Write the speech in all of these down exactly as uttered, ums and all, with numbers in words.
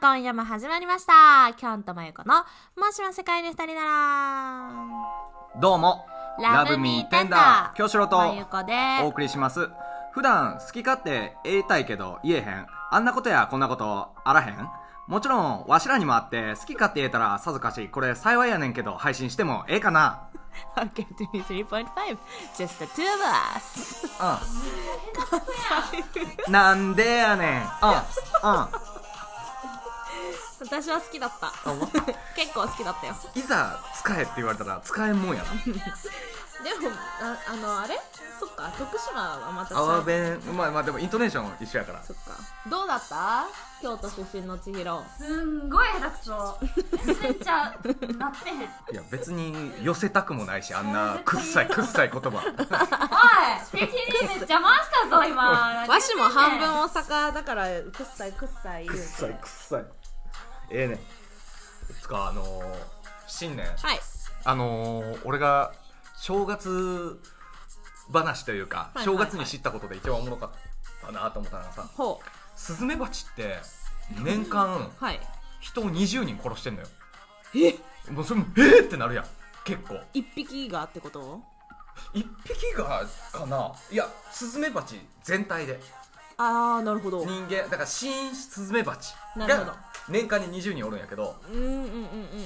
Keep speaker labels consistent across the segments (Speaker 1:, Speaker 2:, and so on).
Speaker 1: 今夜も始まりました。キョンとマユコのもしも世界に二人なら。
Speaker 2: どうも
Speaker 1: ラブミーテンダー
Speaker 2: 京志郎と
Speaker 1: マユコで
Speaker 2: お送りします。普段好き勝手言いたいけど言えへん、あんなことやこんなことあらへん。もちろんわしらにもあって好き勝手言えたらさぞかしこれ幸いやねんけど、配信してもええかな。
Speaker 1: Okay, twenty-three point five Just the two of us
Speaker 2: うんなんでやねん。うんうん
Speaker 1: 私は好きだった結構好きだったよ。
Speaker 2: いざ使えって言われたら使えんもんやな
Speaker 1: でも あ, あのあれそっか、徳島はまた
Speaker 2: あわべん、まあまあでもイントネーション一緒やから。
Speaker 1: そっか。どうだった？京都出身の千尋。
Speaker 3: すんごい下手くそ。全然ちゃうなってへん。
Speaker 2: いや別に寄せたくもないし、あんなくっさいくっさい言葉
Speaker 3: おい、敵にめっちゃ回したぞ今。
Speaker 1: わしも半分大阪だからくっさいくっさい言うて。
Speaker 2: くっさいくっさい。ええねん。つかあのー、新年、
Speaker 1: はい、
Speaker 2: あのー、俺が正月話というか、
Speaker 1: はいはいはい、
Speaker 2: 正月に知ったことで一番おもろかったなと思ったのがさ、
Speaker 1: ほう、
Speaker 2: スズメバチって年間
Speaker 1: はい、
Speaker 2: 人をにじゅうにん殺してんのよ。
Speaker 1: え
Speaker 2: もうそれもえーってなるやん。結構
Speaker 1: 一匹がってこと？
Speaker 2: 一匹がかな。いやスズメバチ全体で、
Speaker 1: あーなるほど。
Speaker 2: 人間だから新スズメバチ
Speaker 1: なるほど
Speaker 2: が年間ににじゅうにんおるんやけど、
Speaker 1: うんうんうんうんうんうんうんうん。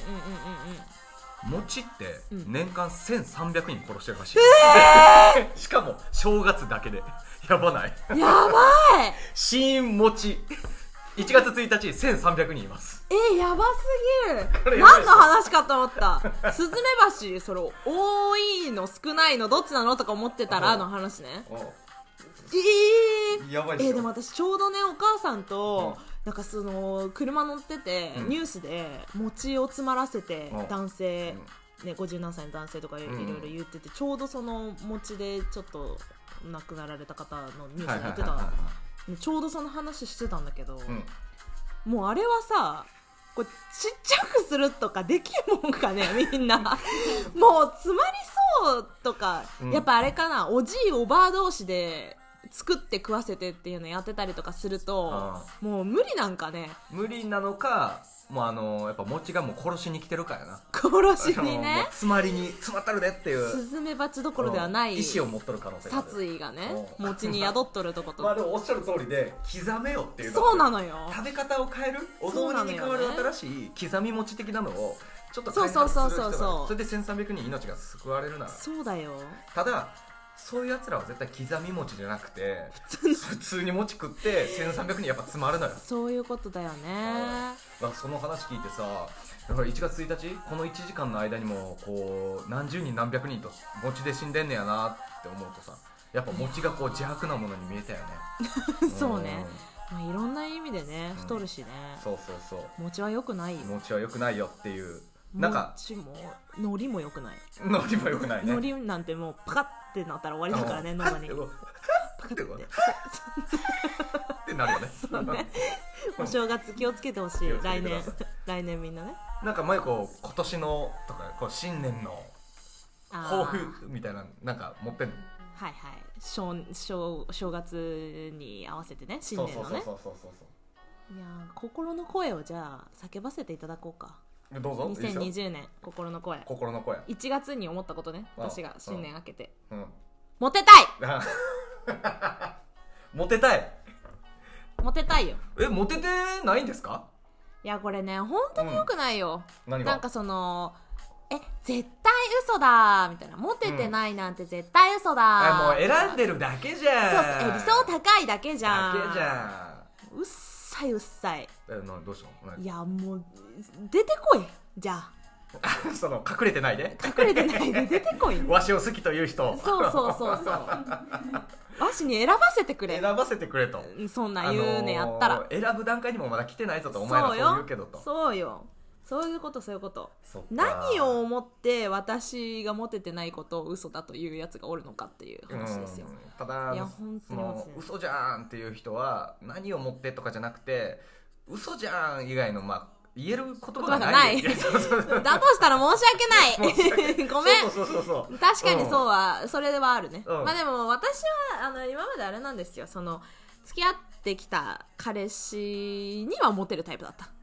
Speaker 2: 餅って
Speaker 1: うん
Speaker 2: 年間せんさんびゃくにん殺してるらしい、えー、しかも正月だけで。やばない？
Speaker 1: やばい
Speaker 2: 新餅いちがつついたちせんさんびゃくにんいます。
Speaker 1: えー、やばすぎる。
Speaker 2: これやばい
Speaker 1: 何の話かと思った。スズメバチそれ多いの少ないのどっちなのとか思ってたらの話ね。えー、
Speaker 2: やばいっしょ。
Speaker 1: えー、でも私ちょうどねお母さんと、うんなんかその車乗ってて、うん、ニュースで餅を詰まらせて男性、うんね、ごじゅうなんさいの男性とかいろいろ言ってて、うん、ちょうどその餅でちょっと亡くなられた方のニュースに言ってた、ちょうどその話してたんだけど、うん、もうあれはさこれちっちゃくするとかできるもんかねみんなもう詰まりそうとか、うん、やっぱあれかな、おじいおばあ同士で作って食わせてっていうのやってたりとかすると、もう無理なんかね。
Speaker 2: 無理なのか、もうあのやっぱ餅がもう殺しに来てるからな。
Speaker 1: 殺しにね、
Speaker 2: 詰まりに詰まったるでっていう
Speaker 1: スズメバチどころではない
Speaker 2: 意志を持っとる可能性がある。
Speaker 1: 殺意がね餅に宿っとるとこと
Speaker 2: まあでもおっしゃる通りで、刻めよっていうの。
Speaker 1: そうなのよ。
Speaker 2: 食べ方を変える、お雑煮に代わる新しい刻み餅的なのをちょっと開発する人が、
Speaker 1: そうそうそうそう、
Speaker 2: それでせんさんびゃくにん命が救われるなら。
Speaker 1: そうだよ。た
Speaker 2: だそういうやつらは絶対刻み餅じゃなくて普通に餅食ってせんさんびゃくにんやっぱ詰まるのよ。
Speaker 1: そういうことだよね。
Speaker 2: だその話聞いてさ、だからいちがつついたちこのいちじかんの間にもこう何十人何百人と餅で死んでんねやなって思うとさ、やっぱ餅がこう邪悪なものに見えたよね
Speaker 1: そうね、まあ、いろんな意味でね太るしね、
Speaker 2: うん、そうそうそう、
Speaker 1: 餅は良くないよ。
Speaker 2: 餅は良くないよっていう、なんか
Speaker 1: 餅も海苔も良くない。
Speaker 2: 海苔も良くないね。
Speaker 1: 海苔なんてもうパカッってなったら終わりだからね、喉にパカッって
Speaker 2: ってなるよね。
Speaker 1: そうねお正月気をつけてほしい。来年来年みんなね。
Speaker 2: なんか前こう今年のとかこう新年の抱負みたいななんか持ってんの？
Speaker 1: はいはい、正, 正, 正月に合わせてね、新年のね。
Speaker 2: そうそうそうそうそう。
Speaker 1: いや心の声をじゃあ叫ばせていただこうか。
Speaker 2: どうぞ。
Speaker 1: にせんにじゅうねん心の声。
Speaker 2: 心の声。
Speaker 1: いちがつに思ったことね。私が新年明けて、
Speaker 2: うん、
Speaker 1: モテたい
Speaker 2: モテたい
Speaker 1: モテたいよ。
Speaker 2: え、モテてないんですか？
Speaker 1: いやこれね本当に良くないよ、
Speaker 2: うん、何が？
Speaker 1: なんかそのえ絶対嘘だみたいな、モテてないなんて絶対嘘だ、
Speaker 2: うん、もう選んでるだけじゃん。
Speaker 1: そうそう、え理想高いだけじゃん。
Speaker 2: だけじゃん。
Speaker 1: うっさいうっさい。
Speaker 2: えなどうしたの？
Speaker 1: いやもう出てこいじゃ
Speaker 2: あその隠れてないで
Speaker 1: 隠れてないで出てこい
Speaker 2: わしを好きという人。
Speaker 1: そうそうそうそうわしに選ばせてくれ、
Speaker 2: 選ばせてくれと。
Speaker 1: そんなん言うねやったら、あの
Speaker 2: ー、選ぶ段階にもまだ来てないぞと。お前らそう言うけどと。
Speaker 1: そうよそういうことそういうこと。何を思って私がモテてないことを嘘だというやつがおるのかっていう話ですよ。
Speaker 2: ただ
Speaker 1: いや本当に
Speaker 2: その嘘じゃんっていう人は何をもってとかじゃなくて、嘘じゃん以外のまあ言える言葉がないだと
Speaker 1: したら申し訳ないごめん。
Speaker 2: そうそうそうそう、
Speaker 1: 確かにそうは、うん、それはあるね、うん、まあでも私はあの今まであれなんですよ、その付き合ってきた彼氏にはモテるタイプだった。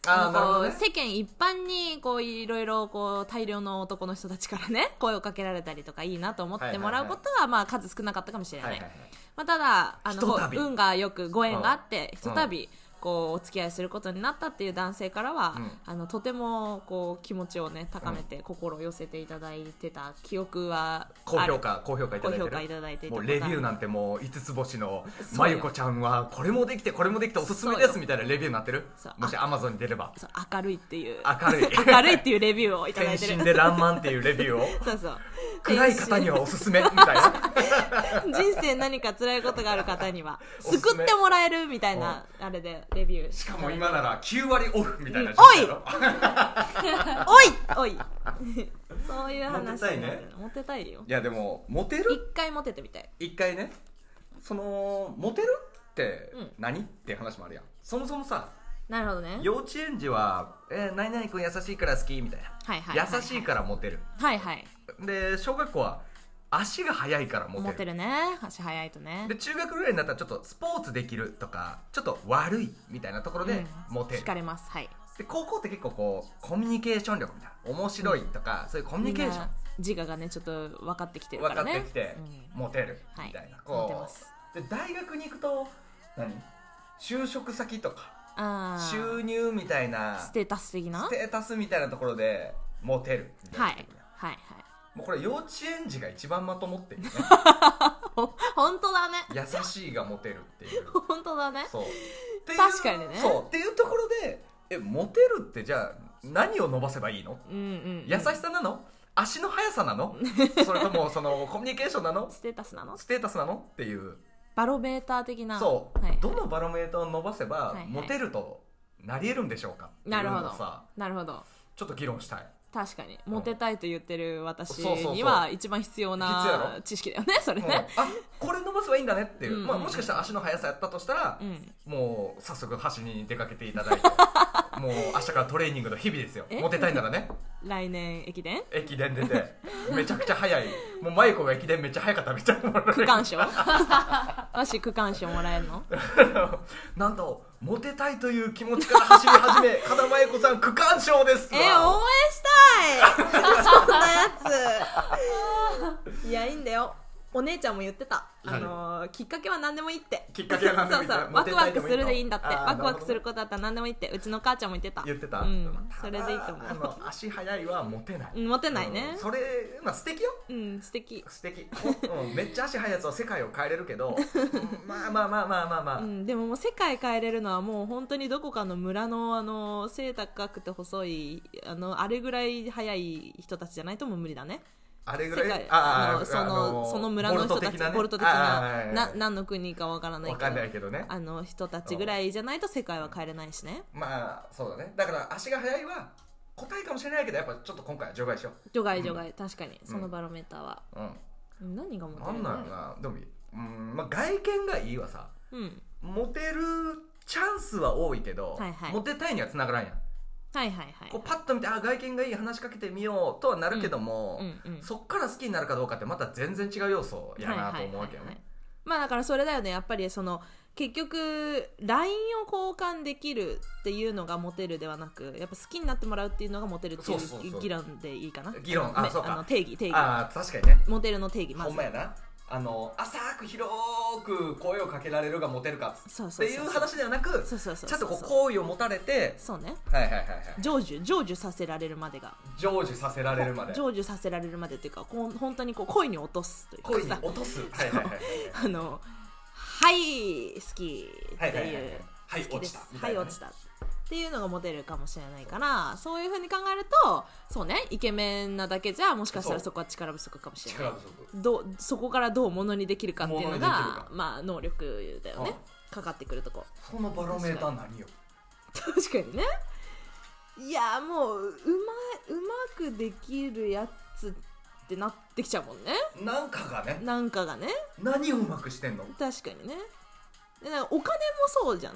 Speaker 2: あーなるほどね
Speaker 1: こう世間一般にこういろいろこう大量の男の人たちからね声をかけられたりとかいいなと思ってもらうことはまあ数少なかったかもしれない、
Speaker 2: はいはいはい、
Speaker 1: まあ、ただあの
Speaker 2: ひとたび
Speaker 1: 運がよくご縁があって
Speaker 2: うん
Speaker 1: ひとたびこうお付き合いすることになったっていう男性からは、うん、あのとてもこう気持ちをね高めて心を寄せていただいてた記憶は
Speaker 2: 高評価高評価いただいてる
Speaker 1: 高評価いただいていた
Speaker 2: もうレビューなんてもういつつ星のまゆこちゃんはこれもできてこれもできておすすめですみたいなレビューになってる。もしアマゾンに出れば
Speaker 1: そう明るいっていう
Speaker 2: 明るい
Speaker 1: 明るいっていうレビューをいただいてる
Speaker 2: 天真で爛漫っていうレビューを
Speaker 1: そうそう
Speaker 2: 暗い方にはおすすめみたいな
Speaker 1: 人生何か辛いことがある方には救ってもらえるみたいなあれでレビュー
Speaker 2: しかも今ならきゅうわりオフみたいな、うん、
Speaker 1: おいおいおいそういう話
Speaker 2: モテたいね。
Speaker 1: モテたいよ。
Speaker 2: いやでもモテる
Speaker 1: 一回モテてみたい。
Speaker 2: 一回ねそのモテるって何、うん、って話もあるやん。そもそもさ
Speaker 1: なるほどね
Speaker 2: 幼稚園児は、えー、何々君優しいから好きみたいな、
Speaker 1: はいはいはいはい、
Speaker 2: 優しいからモテる
Speaker 1: はいはい
Speaker 2: で小学校は足が速いからモテる
Speaker 1: モテるね足速いとね
Speaker 2: で中学ぐらいになったらちょっとスポーツできるとかちょっと悪いみたいなところでモテる、
Speaker 1: うん、惹かれますはい
Speaker 2: で高校って結構こうコミュニケーション力みたいな面白いとか、うん、そういうコミュニケーション
Speaker 1: 自我がねちょっと分かってきてるからね
Speaker 2: 分かってきて、うん、モテるみたいな、はい、こう
Speaker 1: モテます
Speaker 2: で大学に行くと何就職先とか
Speaker 1: あ
Speaker 2: 収入みたいな
Speaker 1: ステータス的な
Speaker 2: ステータスみたいなところでモテるみたいな、
Speaker 1: はいはいはい
Speaker 2: もうこれ幼稚園児が一番まともっていうね
Speaker 1: 本当だね
Speaker 2: 優しいがモテるっていう
Speaker 1: 本当だね
Speaker 2: そう
Speaker 1: 確かにね
Speaker 2: そうっていうところでえモテるってじゃあ何を伸ばせばいいの、
Speaker 1: うんうんうん、
Speaker 2: 優しさなの足の速さなのそれともそのコミュニケーションなの
Speaker 1: ステータスなの
Speaker 2: ステータスなのっていう
Speaker 1: バロメーター的な
Speaker 2: そう、
Speaker 1: はいはい、
Speaker 2: どのバロメーターを伸ばせば、
Speaker 1: はいはい、
Speaker 2: モテるとなり得るんでしょうかっていうのをさ
Speaker 1: なるほど
Speaker 2: ちょっと議論したい。
Speaker 1: 確かにモテたいと言ってる私には一番必要な知識だよねそれね、
Speaker 2: うん、あこれ伸ばせばいいんだねっていう、うんうん、まあ、もしかしたら足の速さやったとしたら、うん、もう早速走りに出かけていただいてもう明日からトレーニングの日々ですよ。モテたいならね
Speaker 1: 来年駅伝
Speaker 2: 駅伝出てめちゃくちゃ速いもうマイコが駅伝めっちゃ速かったみたいな
Speaker 1: 区間賞もし区間賞もらえるの
Speaker 2: なんとモテたいという気持ちから走り始め加田真由子さん区間賞です
Speaker 1: えー、応援したいそんなやついやいいんだよ。お姉ちゃんも言ってた、あのー、きっかけは何でもいいって
Speaker 2: きっかけは何でもいいって
Speaker 1: そうそうワクワクするでいいんだってワクワクすることだったら何でもいいってうちの母ちゃんも言ってた
Speaker 2: 言ってた、
Speaker 1: うん、それでいいと思う。
Speaker 2: あの足速いはモテない、
Speaker 1: うん、モテないね、
Speaker 2: うん、それ、まあ、素敵よ
Speaker 1: うん素敵
Speaker 2: 素敵、うん、めっちゃ足速いやつは世界を変えれるけどまあまあまあまあまあまあ、
Speaker 1: うん、でももう世界変えれるのはもう本当にどこかの村のあの背高くて細いあのあれぐらい速い人たちじゃないともう無理だね。
Speaker 2: あれぐらい
Speaker 1: 世界あのその、
Speaker 2: あの
Speaker 1: その村の人たちボルト的な、ね、な何の国かわからないけど、
Speaker 2: わかんないけどね、
Speaker 1: あの人たちぐらいじゃないと世界は変えれないしね。
Speaker 2: まあそうだね。だから足が速いは答えかもしれないけどやっぱちょっと今回は除外しよう。
Speaker 1: 除外除外、うん、確かにそのバロメーターは、うん、何がモテる
Speaker 2: んだろうな。でも、うんまあ、外見がいいわさ、うん、モテるチャンスは多いけど、はいはい、モテたいには繋がらんやん。はいはいはい、こうパッと見てあ外見がいい話しかけてみようとはなるけども、うんうんうん、そっから好きになるかどうかってまた全然違う要素やなと思うわけよね、はいはいはいはい、
Speaker 1: まあだからそれだよね。やっぱりその結局 ライン を交換できるっていうのがモテるではなくやっぱ好きになってもらうっていうのがモテるっていう議論でいいかな。
Speaker 2: 議論あそうか
Speaker 1: あの定義定義
Speaker 2: あ確かにね
Speaker 1: モテるの定義まず
Speaker 2: ほんまやな。あの浅く広く声をかけられるがモテるかっていう話ではなくちゃんとこう好意を持たれて
Speaker 1: そうね
Speaker 2: はいはいはいはい
Speaker 1: 成就成就させられるまでが
Speaker 2: 成就させられるまで
Speaker 1: 成就させられるまでっていうかこう本当にこう恋に落とすというか
Speaker 2: 恋に落とすはいはいはいはい
Speaker 1: あのはい好きっていう
Speaker 2: はい落ちた
Speaker 1: はい落ちたっていうのがモテるかもしれないからそういう風に考えるとそうねイケメンなだけじゃもしかしたらそこは力不足かもしれない。どそこからどうものにできるかっていうのがまあ能力だよね、うん、かかってくるとこ。
Speaker 2: そのバロメーター何よ。
Speaker 1: 確かにね。いやもううまうまくできるやつってなってきちゃうもんね。
Speaker 2: なんかがね
Speaker 1: なんかがね
Speaker 2: 何をうまくしてんの。
Speaker 1: 確かにね。でなんかお金もそうじゃない。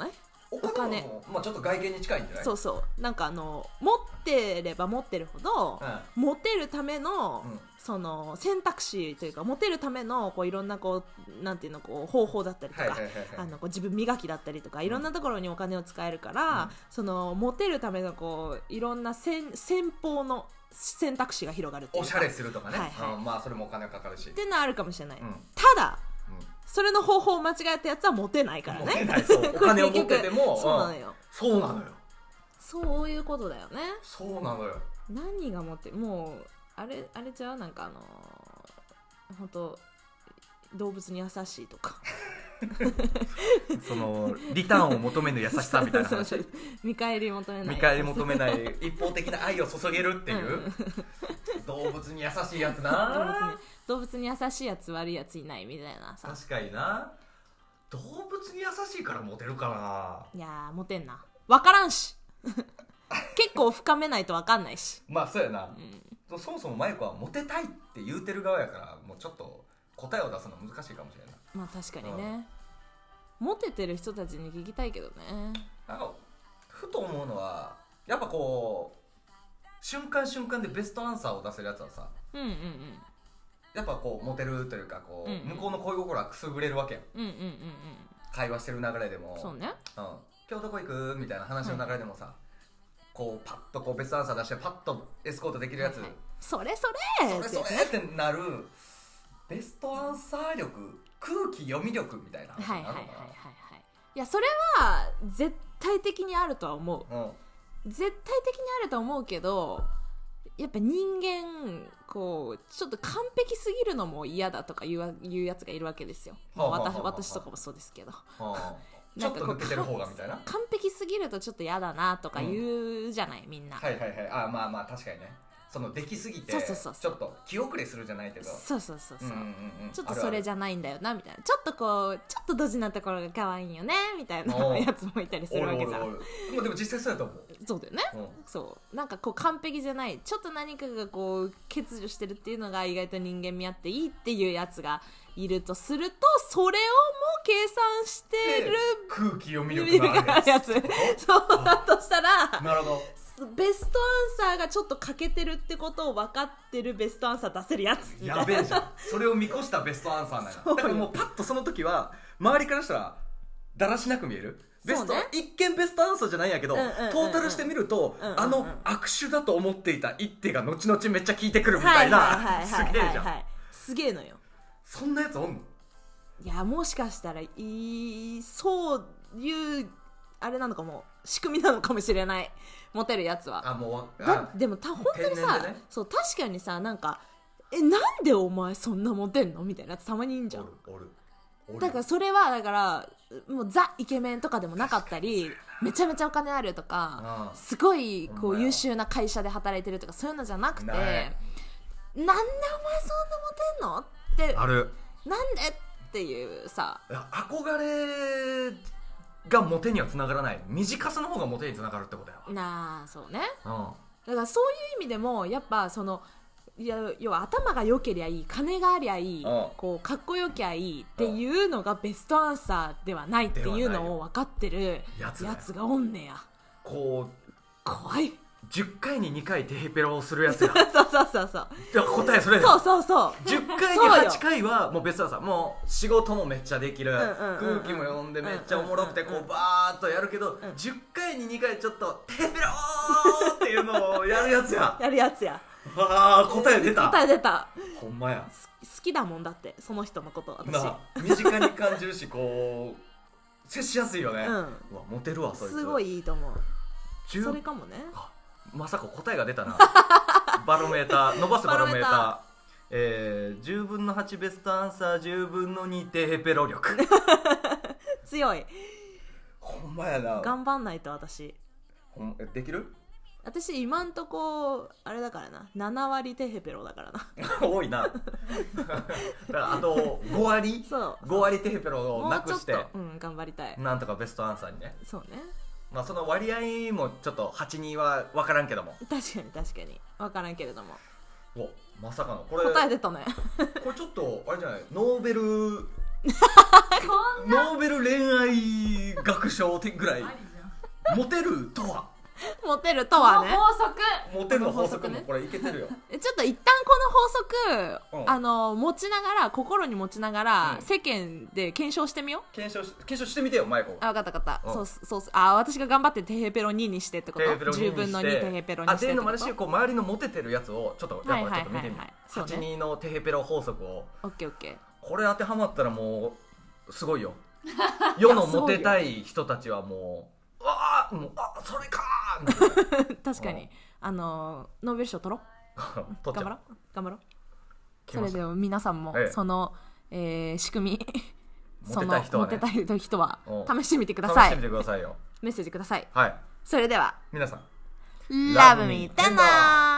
Speaker 2: お金も、まあ、ちょっと外見に近いんじゃない？
Speaker 1: そうそうなんかあの持ってれば持ってるほど、うん、モテるための、うん、その選択肢というかモテるためのこういろんなこうなんていうのこう方法だったりとか、あのこう自分磨きだったりとかいろんなところにお金を使えるから、うん、そのモテるためのこういろんな戦先方の選択肢が広がるっていうか、
Speaker 2: おしゃれするとかね、はいはい、うん、まあそれもお金かかるし
Speaker 1: っていうのはあるかもしれない、うん、ただ、
Speaker 2: うん、
Speaker 1: それの方法を間違えたやつはモテないからね。
Speaker 2: モテない、そうお金を持ってても
Speaker 1: そうなのよ、
Speaker 2: うん、そうなのよ、
Speaker 1: そういうことだよね。
Speaker 2: そうなのよ。
Speaker 1: 何がモテもうあれあれじゃうなんかあのー、本当動物に優しいとか
Speaker 2: そのリターンを求めぬ優しさみたいな話。そうそうそう
Speaker 1: 見返り求めない
Speaker 2: 見返り求めない一方的な愛を注げるっていう、うん、動物に優しいやつな。
Speaker 1: 動物に動物に優しいやつ悪いやついないみたいなさ。
Speaker 2: 確かにな。動物に優しいからモテるかな。
Speaker 1: いやーモテんな、分からんし結構深めないと分かんないし。
Speaker 2: まあそうやな、うん、そもそもマユコはモテたいって言うてる側やからもうちょっと答えを出すの難しいかもしれない。
Speaker 1: まあ確かにね、うん、モテてる人たちに聞きたいけどね。
Speaker 2: あのふと思うのはやっぱこう瞬間瞬間でベストアンサーを出せるやつはさ、
Speaker 1: うんうんうん、
Speaker 2: やっぱこうモテるというかこう、うんうん、向こうの恋心はくすぐれるわけやん、
Speaker 1: うんうんうんうん、
Speaker 2: 会話してる流れでも
Speaker 1: そうね、
Speaker 2: うん、今日どこ行くみたいな話の流れでもさ、うん、こうパッとこうベストアンサー出してパッとエスコートできるやつ、はいはい、
Speaker 1: それそれ
Speaker 2: それそれってなるベストアンサー力、空気読み力みたいな話になるのかな。はいはいはいはいはい。
Speaker 1: いやそれは絶対的にあるとは思う、うん、絶対的にあると思うけどやっぱ人間こうちょっと完璧すぎるのも嫌だとか言う、言うやつがいるわけですよ、まあ、私, 私とかもそうですけど、はあはあ、
Speaker 2: ちょっと抜けてる方がみたいな。
Speaker 1: 完璧すぎるとちょっと嫌だなとか言うじゃない、うん、みんな。
Speaker 2: はいはいはい。あまあまあ確かにね、そのできすぎてちょっと気遅れするじゃないけど、
Speaker 1: そうそうそうそう、うんうんうん、ちょっとそれじゃないんだよなみたいな、ちょっとこうちょっとドジなところが可愛いよねみたいなやつもいたりするわけさ。
Speaker 2: でも実際そうだと思う。
Speaker 1: そうだよね、うん、そうなんかこう完璧じゃない、ちょっと何かがこう欠如してるっていうのが意外と人間味あっていいっていうやつがいるとすると、それをも計算してる
Speaker 2: 空気読み力があるやつ
Speaker 1: そうだとしたら
Speaker 2: なるほど、
Speaker 1: ベストアンサーがちょっと欠けてるってことを分かってるベストアンサー出せるやつ
Speaker 2: やべえじゃんそれを見越したベストアンサーなんや。だからもうパッとその時は周りからしたらだらしなく見えるベスト、ね、一見ベストアンサーじゃないんやけど、うんうんうんうん、トータルしてみると、うんうんうん、あの握手だと思っていた一手が後々めっちゃ効いてくるみたいな、すげえじゃん。
Speaker 1: すげえのよ。
Speaker 2: そんなやつおんの？
Speaker 1: いやもしかしたらいいそういうあれなのかも、仕組みなのかもしれない、モテるやつは。
Speaker 2: あもう
Speaker 1: だでもた本当にさ、ね、そう確かにさ、なんかえなんでお前そんなモテんのみたいなやつたまにいいんじゃん。
Speaker 2: おるおるおる。
Speaker 1: だからそれはだからもうザイケメンとかでもなかったり、めちゃめちゃお金あるとか、すごいこう優秀な会社で働いてるとかそういうのじゃなくて、なんでお前そんなモテんのって
Speaker 2: ある、
Speaker 1: なんでっていうさ、
Speaker 2: 憧れがモテにはつながらない、短さの方がモテにつながるってことやわ
Speaker 1: なあ。そうね、
Speaker 2: うん、
Speaker 1: だからそういう意味でもやっぱそのいや要は頭が良けりゃいい、金がありゃいい、うん、こうかっこよきゃいいっていうのがベストアンサーではないっていうのを分かってるやつがおんねや。
Speaker 2: こう
Speaker 1: 怖い。
Speaker 2: じゅっかいににかいテヘペロをするやつや
Speaker 1: そうそうそうそう、
Speaker 2: いや答えそれ
Speaker 1: そうそうそう、
Speaker 2: じゅっかいにはちかいはもうベストアンサー、もう仕事もめっちゃできる、うんうんうんうん、空気も読んでめっちゃおもろくてこうバーっとやるけど、うん、じゅっかいににかいちょっとテヘペローっていうのをやるやつや
Speaker 1: やるやつや。
Speaker 2: あー答え出た
Speaker 1: 答え出た。
Speaker 2: ほんまや、
Speaker 1: 好きだもんだってその人のこと私
Speaker 2: な身近に感じるしこう接しやすいよね、うん、うわモテるわそいつ。
Speaker 1: すごいいいと思う。それかもね。
Speaker 2: まさか答えが出たなバロメーター伸ばすバロメーター、えー、じゅうぶんのはちベストアンサーじゅうぶんのにテヘペロ力
Speaker 1: 強い。
Speaker 2: ほんまやな。
Speaker 1: 頑張んないと私
Speaker 2: ほんできる。
Speaker 1: 私今んとこあれだからな、ななわりテヘペロだからな
Speaker 2: 多いなだからあとごわりそうごわりテヘペロをなくして、
Speaker 1: うん、頑張りたい。
Speaker 2: なんとかベストアンサーにね。
Speaker 1: そうね、
Speaker 2: まあその割合もちょっとはちには分からんけども、
Speaker 1: 確かに確かに分からんけれども、
Speaker 2: おまさかのこれ
Speaker 1: 答え出たね
Speaker 2: これちょっとあれじゃない、ノーベル
Speaker 3: そんな
Speaker 2: ノーベル恋愛学賞ぐらいモテるとは
Speaker 1: モテるとはね。
Speaker 3: 法則
Speaker 2: モテるの法則
Speaker 1: この法則ね
Speaker 2: もこれいけてるよ。
Speaker 1: ちょっと一旦この法則、
Speaker 2: うん
Speaker 1: あの持ちながら心に持ちながら、
Speaker 2: うん
Speaker 1: 世間で検証してみよう。
Speaker 2: 検証し検証してみてよマイコ。
Speaker 1: あ、分かった分かった、
Speaker 2: うん
Speaker 1: そうそうあ、私が頑張ってテヘペロににしてってこと
Speaker 2: テヘペロににして
Speaker 1: じゅうぶんのにテヘペロに
Speaker 2: あっていうのもある
Speaker 1: してってこと
Speaker 2: し、こう周りのモテてるやつをちょっとやっぱちょっと見てみる
Speaker 1: はいはいはいはいそうね
Speaker 2: はちにのテヘペロ法則を
Speaker 1: オッケーオッケ
Speaker 2: これ当てはまったらもうすごいよ世のモテたい人たちはもううわーもうあそれかーみたいな
Speaker 1: ー確かにあのノーベル賞取ろう
Speaker 2: 取っちゃう
Speaker 1: 頑張ろう頑張ろう
Speaker 2: 来ました
Speaker 1: それでは皆さんも
Speaker 2: ええ
Speaker 1: その、えー仕組み
Speaker 2: モテたい人はね
Speaker 1: そのモテたい人は
Speaker 2: うん
Speaker 1: 試してみてくだ
Speaker 2: 試
Speaker 1: さい。
Speaker 2: してみてくださいよ。
Speaker 1: メッセージください。
Speaker 2: はい
Speaker 1: それでは
Speaker 2: 皆さん
Speaker 1: Love me tender